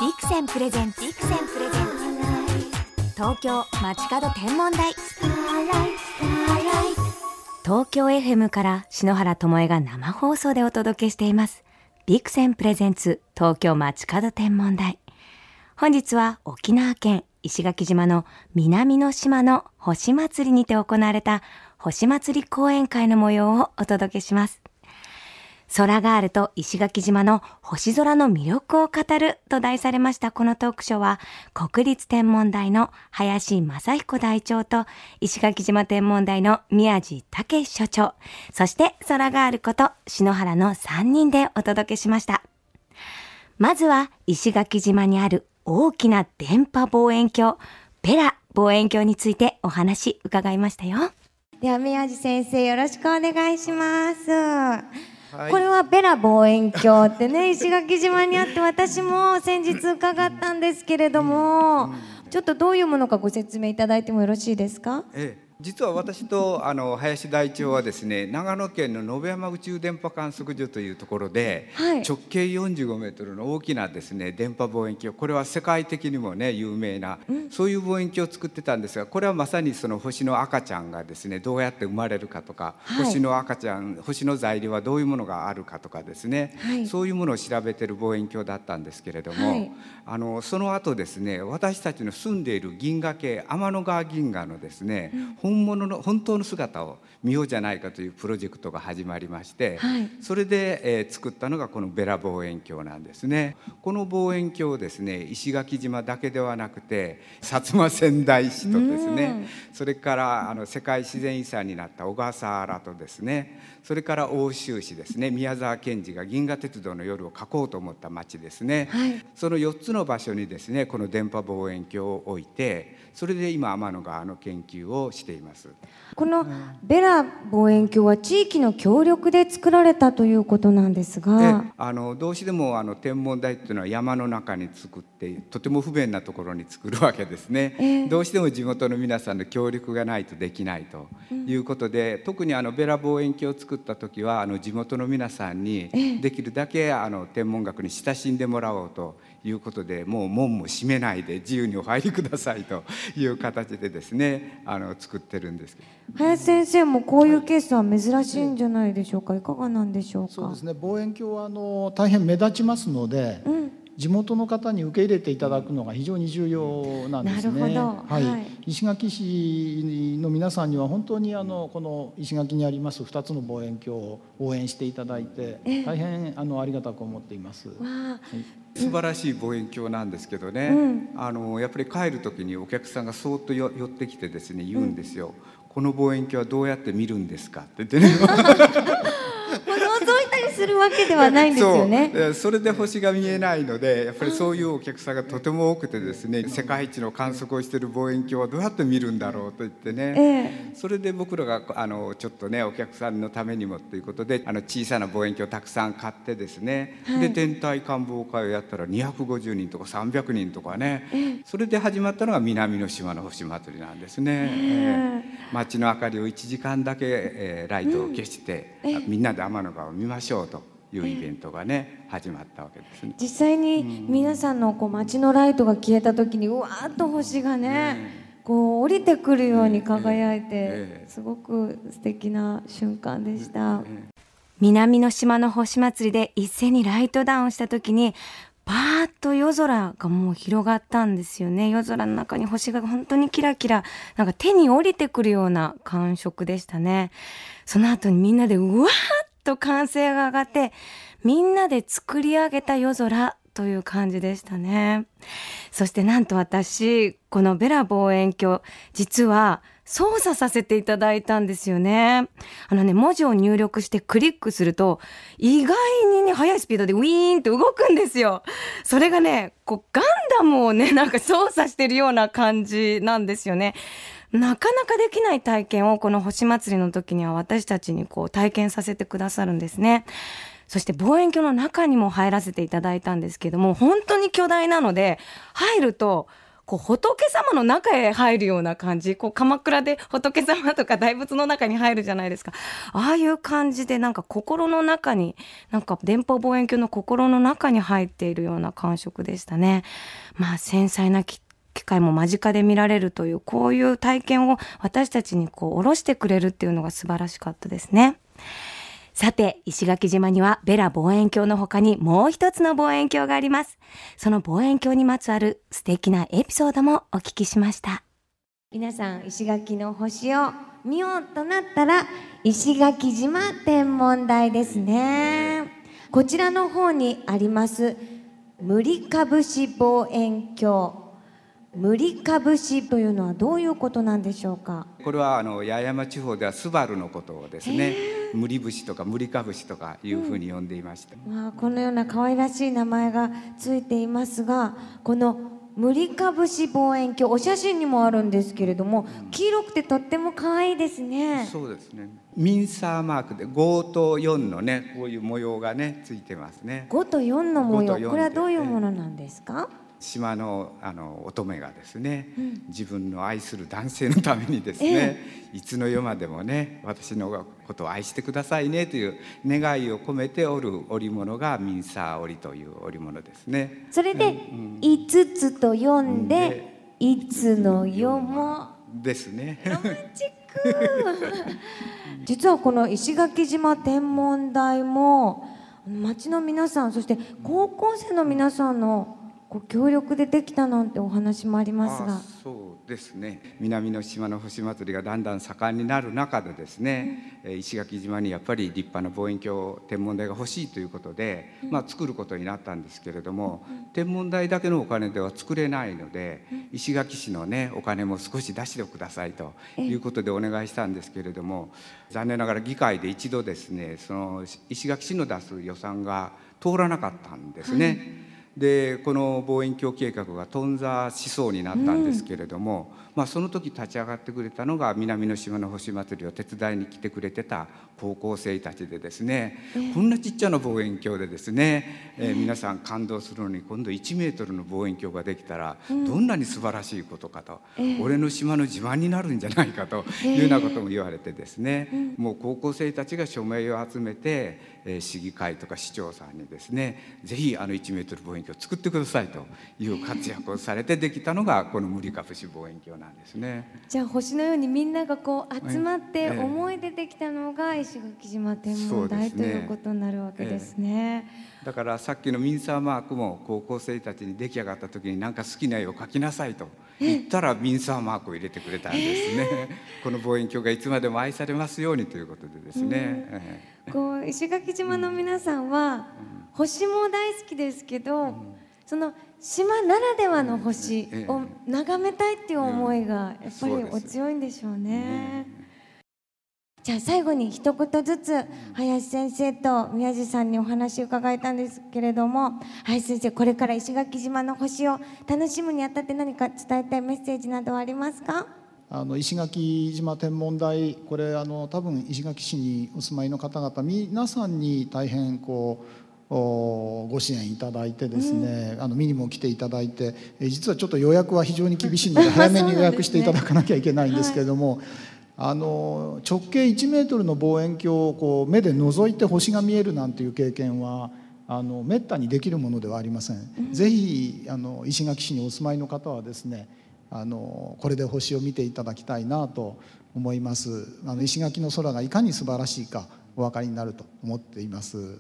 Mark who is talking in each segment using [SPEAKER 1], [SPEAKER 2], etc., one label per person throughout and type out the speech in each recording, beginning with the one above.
[SPEAKER 1] ビクセンプレゼンツ東京街角天文台。東京 FM から篠原ともえが生放送でお届けしていますビクセンプレゼンツ東京街角天文台。本日は沖縄県石垣島の南の島の星祭りにて行われた星祭り講演会の模様をお届けします。空ガールと石垣島の星空の魅力を語ると題されましたこのトークショーは、国立天文台の林正彦台長と石垣島天文台の宮地武所長、そして空ガールこと篠原の3人でお届けしました。まずは石垣島にある大きな電波望遠鏡、ベラ望遠鏡についてお話伺いましたよ。では宮地先生、よろしくお願いします。はい、これはベラ望遠鏡ってね石垣島にあって、私も先日伺ったんですけれども、ちょっとどういうものかご説明いただいてもよろしいですか？
[SPEAKER 2] 実は私と林台長はですね、長野県の延山宇宙電波観測所というところで、直径45メートルの大きなですね電波望遠鏡、これは世界的にもね有名な、そういう望遠鏡を作ってたんですが、これはまさにその星の赤ちゃんがですねどうやって生まれるかとか、星の赤ちゃん、星の材料はどういうものがあるかとかですね、そういうものを調べてる望遠鏡だったんですけれども、その後ですね、私たちの住んでいる銀河系天の川銀河のですね、本当の姿を見ようじゃないかというプロジェクトが始まりまして、それで、作ったのがこのベラ望遠鏡なんですね。この望遠鏡をですね、石垣島だけではなくて薩摩川内市とですね、それから世界自然遺産になった小笠原とですね、それから奥州市ですね、宮沢賢治が銀河鉄道の夜を描こうと思った町ですね、その4つの場所にですねこの電波望遠鏡を置いて、それで今天の川の研究をしています。
[SPEAKER 1] このベラ望遠鏡は地域の協力で作られたということなんですが、
[SPEAKER 2] どうしても天文台っていうのは山の中に作って、とても不便なところに作るわけですね、どうしても地元の皆さんの協力がないとできないということで、特にベラ望遠鏡を作った時は地元の皆さんにできるだけ天文学に親しんでもらおうということで、もう門も閉めないで自由にお入りくださいという形でですね作ってるんですけど、
[SPEAKER 1] 林先生もこういうケースは珍しいんじゃないでしょうか。いかがなんでしょうか？
[SPEAKER 3] そうですね、望遠鏡は大変目立ちますので、地元の方に受け入れていただくのが非常に重要なんですね。
[SPEAKER 1] なるほど、
[SPEAKER 3] 石垣市の皆さんには本当にこの石垣にあります2つの望遠鏡を応援していただいて、大変ありがたく思っています。
[SPEAKER 2] 素晴らしい望遠鏡なんですけどね、やっぱり帰る時にお客さんがそーっと寄ってきてですね言うんですよ、この望遠鏡はどうやって見るんですかって言ってね
[SPEAKER 1] 覗いたりするわけではないんですよね。
[SPEAKER 2] それで星が見えないので、やっぱりそういうお客さんがとても多くてですね、世界一の観測をしている望遠鏡はどうやって見るんだろうと言ってね、それで僕らがちょっとねお客さんのためにもということで小さな望遠鏡をたくさん買ってですね、で天体観望会をやったら250人とか300人とかね、それで始まったのが南の島の星祭りなんですね。街の明かりを1時間だけ、ライトを消して、みんなで天の川を見ましょうというイベントがね、始まったわけですね。
[SPEAKER 1] 実際に皆さんの街のライトが消えた時にうわーっと星がね、降りてくるように輝いて、すごく素敵な瞬間でした。南の島の星祭りで一斉にライトダウンした時にパーッと夜空がもう広がったんですよね。夜空の中に星が本当にキラキラ、なんか手に降りてくるような感触でしたね。その後にみんなでうわーっと歓声が上がって、みんなで作り上げた夜空という感じでしたね。そしてなんと私、このベラ望遠鏡、実は操作させていただいたんですよね。文字を入力してクリックすると、意外にね、速いスピードでウィーンと動くんですよ。それがね、ガンダムをね、なんか操作してるような感じなんですよね。なかなかできない体験をこの星祭りの時には私たちに体験させてくださるんですね。そして望遠鏡の中にも入らせていただいたんですけども、本当に巨大なので、入ると
[SPEAKER 4] こう仏様の中へ入るような感じ、こう鎌倉で仏様とか大仏の中に入るじゃないですか。ああいう感じでなんか心の中に、なんか電波望遠鏡の心の中に入っているような感触でしたね。まあ繊細な機会も間近で見られるという、こういう体験を私たちにこう下ろしてくれるっていうのが素晴らしかったですね。さて、石垣島にはベラ望遠鏡の他にもう一つの望遠鏡があります。その望遠鏡にまつわる素敵なエピソードもお聞きしました。
[SPEAKER 1] 皆さん、石垣の星を見ようとなったら石垣島天文台ですね。こちらの方にあります無理かぶし望遠鏡。無理かぶしというのはどういうことなんでしょうか。
[SPEAKER 2] これは八重山地方ではスバルのことをですね、無理節とか無理かぶしとかいうふうに呼んでいました。
[SPEAKER 1] まあ、このような可愛らしい名前がついていますが、この無理かぶし望遠鏡、お写真にもあるんですけれども、黄色くてとっても可愛いですね。
[SPEAKER 2] そうですね。ミンサーマークで5と4のね、こういう模様がねついてますね。
[SPEAKER 1] 5と4の模様、これはどういうものなんですか。
[SPEAKER 2] 島の乙女がですね、自分の愛する男性のためにですね、いつの世までもね私のことを愛してくださいねという願いを込めて織る織物がミンサー織という織物ですね。
[SPEAKER 1] それで5つと4でいつの世も
[SPEAKER 2] ですね。
[SPEAKER 1] ロマンチック。実はこの石垣島天文台も町の皆さん、そして高校生の皆さんのご協力でできたなんてお話もありますが。
[SPEAKER 2] そうですね。南の島の星祭りがだんだん盛んになる中でですね、石垣島にやっぱり立派な望遠鏡天文台が欲しいということで、作ることになったんですけれども、天文台だけのお金では作れないので、石垣市のねお金も少し出してくださいということでお願いしたんですけれども、残念ながら議会で一度ですね、その石垣市の出す予算が通らなかったんですね。でこの望遠鏡計画が頓挫しそうになったんですけれども、その時立ち上がってくれたのが南の島の星祭りを手伝いに来てくれてた高校生たちでですね、こんなちっちゃな望遠鏡でですね、皆さん感動するのに、今度1メートルの望遠鏡ができたらどんなに素晴らしいことかと、俺の島の自慢になるんじゃないかというようなことも言われてですね、もう高校生たちが署名を集めて、市議会とか市長さんにですね、ぜひ1メートル望遠鏡を作ってくださいという活躍をされてできたのがこの無理かぶし望遠鏡なんですね。
[SPEAKER 1] じゃあ星のようにみんながこう集まって思い出てきたのが石垣島天文台ということになるわけですね。
[SPEAKER 2] だからさっきのミンサーマークも高校生たちに出来上がった時に何か好きな絵を描きなさいと言ったらミンサーマークを入れてくれたんですね。この望遠鏡がいつまでも愛されますようにということでですね。
[SPEAKER 1] こう石垣島の皆さんは星も大好きですけど、その島ならではの星を眺めたいっていう思いがやっぱりお強いんでしょうね。じゃあ最後に一言ずつ林先生と宮地さんにお話を伺いたんですけれども、林先生、これから石垣島の星を楽しむにあたって何か伝えたいメッセージなどはありますか？
[SPEAKER 3] 石垣島天文台、これ多分石垣市にお住まいの方々皆さんに大変ご支援いただいてですね、見にも来ていただいて、実はちょっと予約は非常に厳しいので早めに予約していただかなきゃいけないんですけれども、直径1メートルの望遠鏡を目で覗いて星が見えるなんていう経験はめったにできるものではありません。ぜひ石垣市にお住まいの方はですね、これで星を見ていただきたいなと思います。石垣の空がいかに素晴らしいかお分かりになると思っています。はい、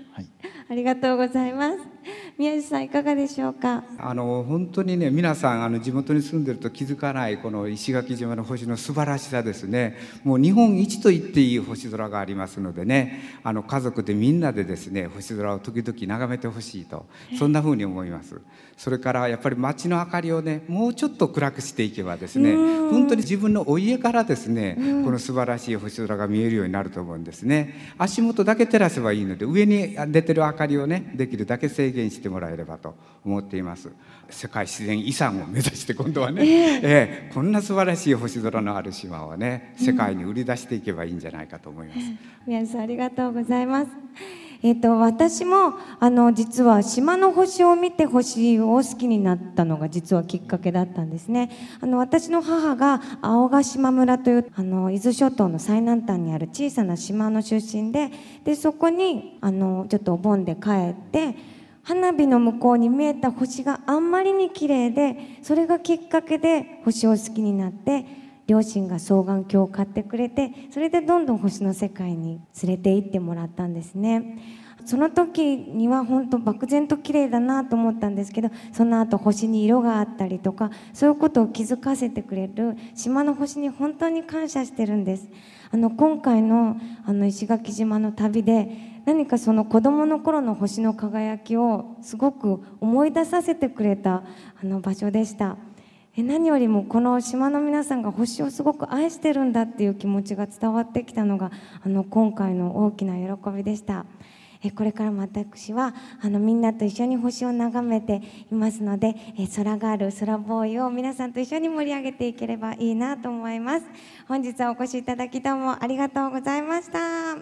[SPEAKER 1] ありがとうございます。宮地さん、いかがでしょうか？
[SPEAKER 2] 本当にね、皆さん地元に住んでると気づかないこの石垣島の星の素晴らしさですね。もう日本一と言っていい星空がありますのでね、家族でみんなでですね星空を時々眺めてほしいと、そんな風に思います。それからやっぱり街の明かりをねもうちょっと暗くしていけばですね、本当に自分のお家からですねこの素晴らしい星空が見えるようになると思うんですね。足元だけ照らせばいいので、上に出てる明かりをねできるだけ制限してもらえればと思っています。世界自然遺産を目指して今度はね、こんな素晴らしい星空のある島をね世界に売り出していけばいいんじゃないかと思います。
[SPEAKER 1] 宮地さん、ありがとうございます。 私も実は島の星を見て星を好きになったのが実はきっかけだったんですね。私の母が青ヶ島村という伊豆諸島の最南端にある小さな島の出身で、そこにちょっとお盆で帰って花火の向こうに見えた星があんまりに綺麗で、それがきっかけで星を好きになって、両親が双眼鏡を買ってくれて、それでどんどん星の世界に連れて行ってもらったんですね。その時には本当漠然と綺麗だなと思ったんですけど、その後星に色があったりとか、そういうことを気づかせてくれる島の星に本当に感謝してるんです。今回の石垣島の旅で、何かその子供の頃の星の輝きをすごく思い出させてくれた場所でした。何よりもこの島の皆さんが星をすごく愛してるんだっていう気持ちが伝わってきたのが今回の大きな喜びでした。これからも私はみんなと一緒に星を眺めていますので、空ガール空ボーイを皆さんと一緒に盛り上げていければいいなと思います。本日はお越しいただきどうもありがとうございました。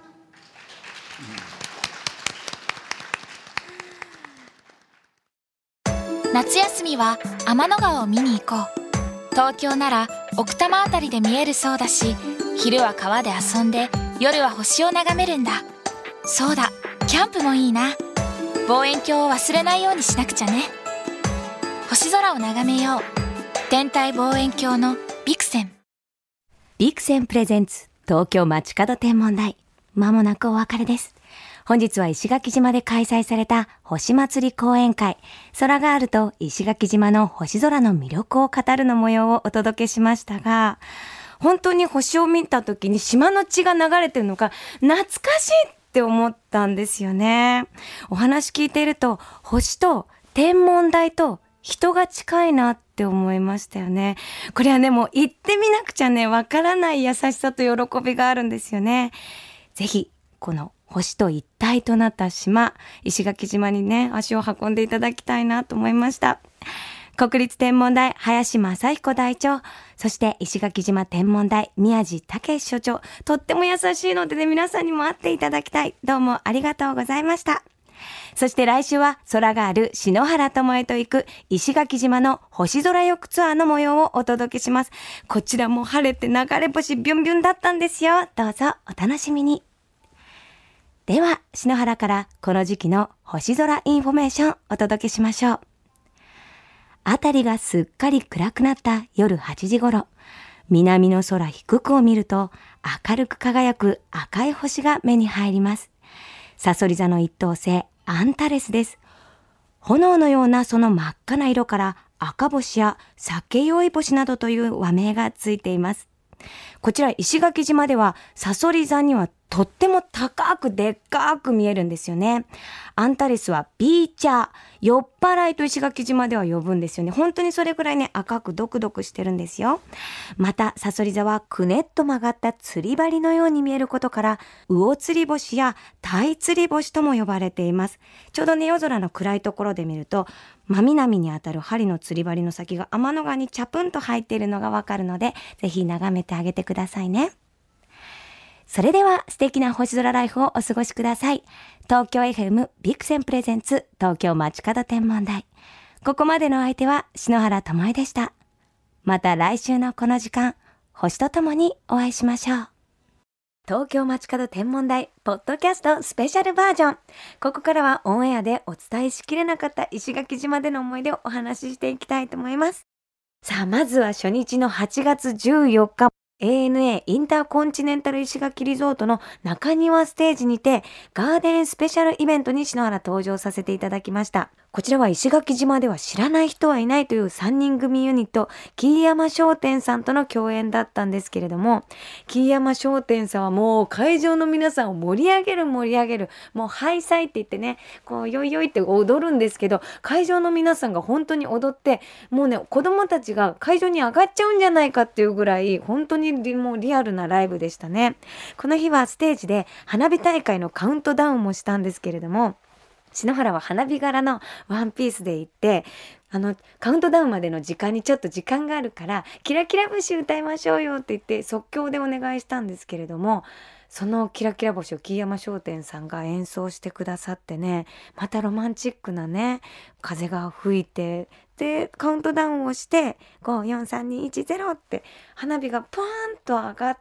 [SPEAKER 5] 夏休みは天の川を見に行こう。東京なら奥多摩あたりで見えるそうだし、昼は川で遊んで夜は星を眺めるんだ。そうだ、キャンプもいいな。望遠鏡を忘れないようにしなくちゃね。星空を眺めよう。天体望遠鏡のビクセン。
[SPEAKER 4] ビクセンプレゼンツ東京街角天文台。まもなくお別れです。本日は石垣島で開催された星祭り講演会、空ガールと石垣島の星空の魅力を語るの模様をお届けしましたが、本当に星を見た時に島の血が流れてるのか懐かしいって思ったんですよね。お話聞いていると星と天文台と人が近いなって思いましたよね。これはね、もう行ってみなくちゃね、わからない優しさと喜びがあるんですよね。ぜひこの星と一体となった島、石垣島にね、足を運んでいただきたいなと思いました。国立天文台林正彦台長、そして石垣島天文台宮地武所長、とっても優しいのでね、皆さんにも会っていただきたい。どうもありがとうございました。そして来週は空がある篠原智恵と行く石垣島の星空浴ツアーの模様をお届けします。こちらも晴れて流れ星ビュンビュンだったんですよ。どうぞお楽しみに。では篠原からこの時期の星空インフォメーションお届けしましょう。あたりがすっかり暗くなった夜8時頃、南の空低くを見ると明るく輝く赤い星が目に入ります。さそり座の一等星アンタレスです。炎のようなその真っ赤な色から赤星や酒酔い星などという和名がついています。こちら石垣島ではさそり座にはとっても高くでっかく見えるんですよね。アンタレスはビーチャー、酔っ払いと石垣島では呼ぶんですよね。本当にそれくらいね、赤くドクドクしてるんですよ。またさそり座はくねっと曲がった釣り針のように見えることから、魚釣り星や鯛釣り星とも呼ばれています。ちょうどね、夜空の暗いところで見ると、真南にあたる針の釣り針の先が天の川にチャプンと入っているのがわかるので、ぜひ眺めてあげてくださいね。それでは素敵な星空ライフをお過ごしください。東京 FM ビクセンプレゼンツ東京街角天文台。ここまでの相手は篠原智恵でした。また来週のこの時間、星とともにお会いしましょう。東京街角天文台ポッドキャストスペシャルバージョン。ここからはオンエアでお伝えしきれなかった石垣島での思い出をお話ししていきたいと思います。さあ、まずは初日の8月14日。ANA インターコンチネンタル石垣リゾートの中庭ステージにてガーデンスペシャルイベントに篠原登場させていただきました。こちらは石垣島では知らない人はいないという3人組ユニット木山商店さんとの共演だったんですけれども、木山商店さんはもう会場の皆さんを盛り上げるもうハイサイって言ってね、こうヨイヨイって踊るんですけど、会場の皆さんが本当に踊って、もうね、子供たちが会場に上がっちゃうんじゃないかっていうぐらい本当にもうリアルなライブでしたね。この日はステージで花火大会のカウントダウンもしたんですけれども、篠原は花火柄のワンピースで行って、カウントダウンまでの時間にちょっと時間があるからキラキラ節歌いましょうよって言って即興でお願いしたんですけれども、 そのキラキラ星を木山商店さんが演奏してくださってね、またロマンチックなね風が吹いて、でカウントダウンをして54321って花火がポーンと上がって、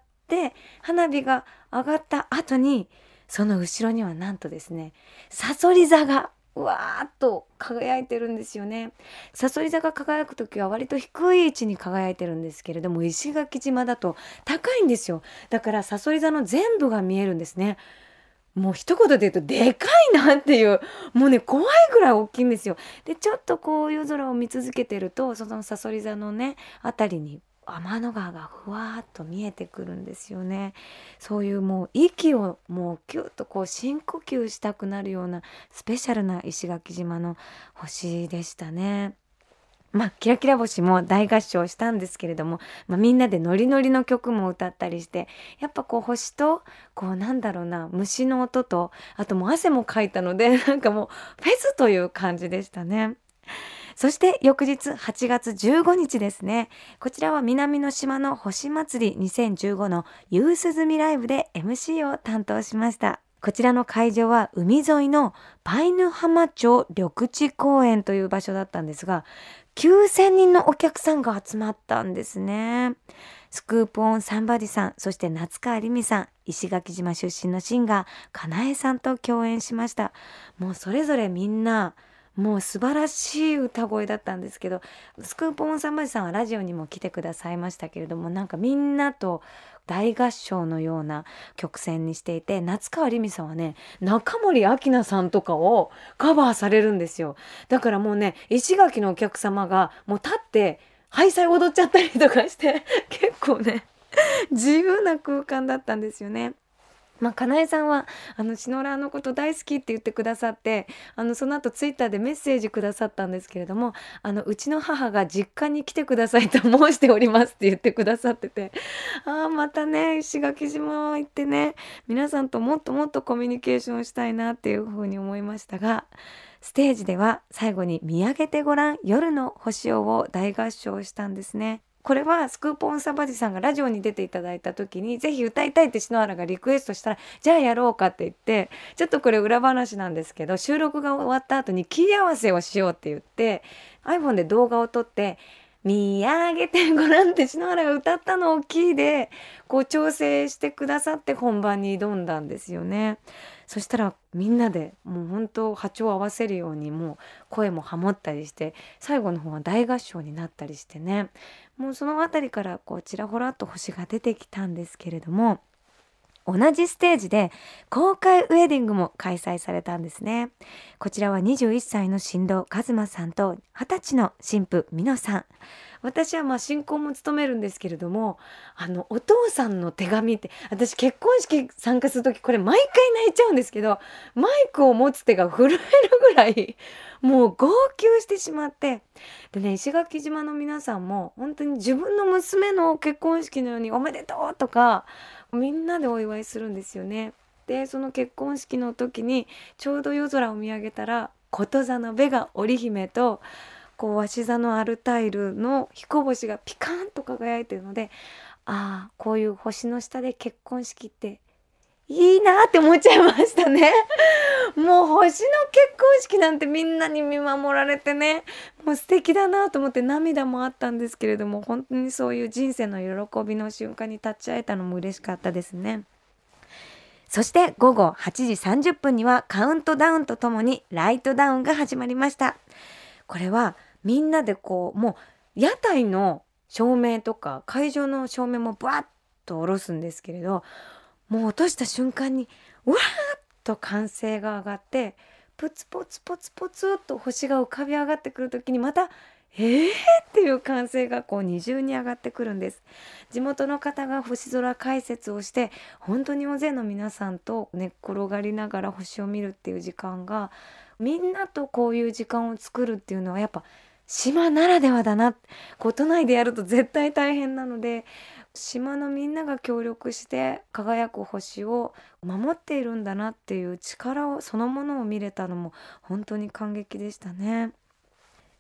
[SPEAKER 4] 花火が上がった後にその後ろにはなんとですね、さそり座がうわーっと輝いてるんですよね。さそり座が輝く時は割と低い位置に輝いてるんですけれども、石垣島だと高いんですよ。だからさそり座の全部が見えるんですね。もう一言で言うとでかいなっていう、もうね怖いぐらい大きいんですよ。でちょっとこう夜空を見続けてると、そのさそり座のねあたりに天の川がふわーっと見えてくるんですよね。そういうもう息をもうキュッとこう深呼吸したくなるようなスペシャルな石垣島の星でしたね。キラキラ星も大合唱したんですけれども、みんなでノリノリの曲も歌ったりして、やっぱこう星とこうなんだろうな、虫の音と、あともう汗もかいたのでなんかもうフェスという感じでしたね。そして翌日8月15日ですね。こちらは南の島の星祭り2015の夕涼みライブで MC を担当しました。こちらの会場は海沿いのパイヌ浜町緑地公園という場所だったんですが、9000人のお客さんが集まったんですね。スクープオンサンバディさん、そして夏川りみさん、石垣島出身のシンガーかなえさんと共演しました。もうそれぞれみんなもう素晴らしい歌声だったんですけど、スクープオンサンバディさんはラジオにも来てくださいましたけれども、なんかみんなと大合唱のような曲線にしていて、夏川りみさんはね中森明菜さんとかをカバーされるんですよ。だからもうね石垣のお客様がもう立ってハイサイ踊っちゃったりとかして結構ね自由な空間だったんですよね。かなえさんはシノラーのこと大好きって言ってくださって、その後ツイッターでメッセージくださったんですけれども、うちの母が実家に来てくださいと申しておりますって言ってくださってて、またね石垣島行ってね皆さんともっともっとコミュニケーションしたいなっていうふうに思いましたが、ステージでは最後に見上げてごらん夜の星を大合唱したんですね。これはスクープオンサバディさんがラジオに出ていただいた時にぜひ歌いたいって篠原がリクエストしたら、じゃあやろうかって言って、ちょっとこれ裏話なんですけど、収録が終わった後にキー合わせをしようって言って iPhone で動画を撮って見上げてごらんって篠原が歌ったのをキーでこう調整してくださって本番に挑んだんですよね。そしたらみんなでもう本当波長を合わせるようにもう声もハモったりして、最後の方は大合唱になったりしてね、もうそのあたりからこうちらほらと星が出てきたんですけれども、同じステージで公開ウェディングも開催されたんですね。こちらは21歳の新郎和馬さんと20歳の新婦美乃さん。私は新婚も務めるんですけれども、お父さんの手紙って、私結婚式参加する時これ毎回泣いちゃうんですけど、マイクを持つ手が震えるぐらいもう号泣してしまって、でね石垣島の皆さんも本当に自分の娘の結婚式のようにおめでとうとかみんなでお祝いするんですよね。でその結婚式の時にちょうど夜空を見上げたらこと座のベガ織姫とこう鷲座のアルタイルの彦星がピカーンと輝いてるので、こういう星の下で結婚式っていいなって思っちゃいましたね。もう星の結婚式なんてみんなに見守られてね、もう素敵だなと思って涙もあったんですけれども、本当にそういう人生の喜びの瞬間に立ち会えたのも嬉しかったですね。そして午後8時30分にはカウントダウンとともにライトダウンが始まりました。これはみんなでこうもう屋台の照明とか会場の照明もバッと下ろすんですけれど、もう落とした瞬間にうわーっと歓声が上がって、プツポツポツポツっと星が浮かび上がってくる時にまたっていう歓声がこう二重に上がってくるんです。地元の方が星空解説をして、本当に大勢の皆さんと寝っ転がりながら星を見るっていう時間が、みんなとこういう時間を作るっていうのはやっぱ島ならではだな。都内でやると絶対大変なので、島のみんなが協力して輝く星を守っているんだなっていう力をそのものを見れたのも本当に感激でしたね。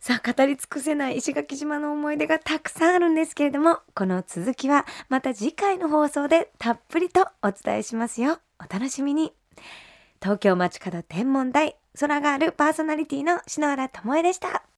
[SPEAKER 4] さあ語り尽くせない石垣島の思い出がたくさんあるんですけれども、この続きはまた次回の放送でたっぷりとお伝えしますよ。お楽しみに。東京街角天文台空があるパーソナリティの篠原ともえでした。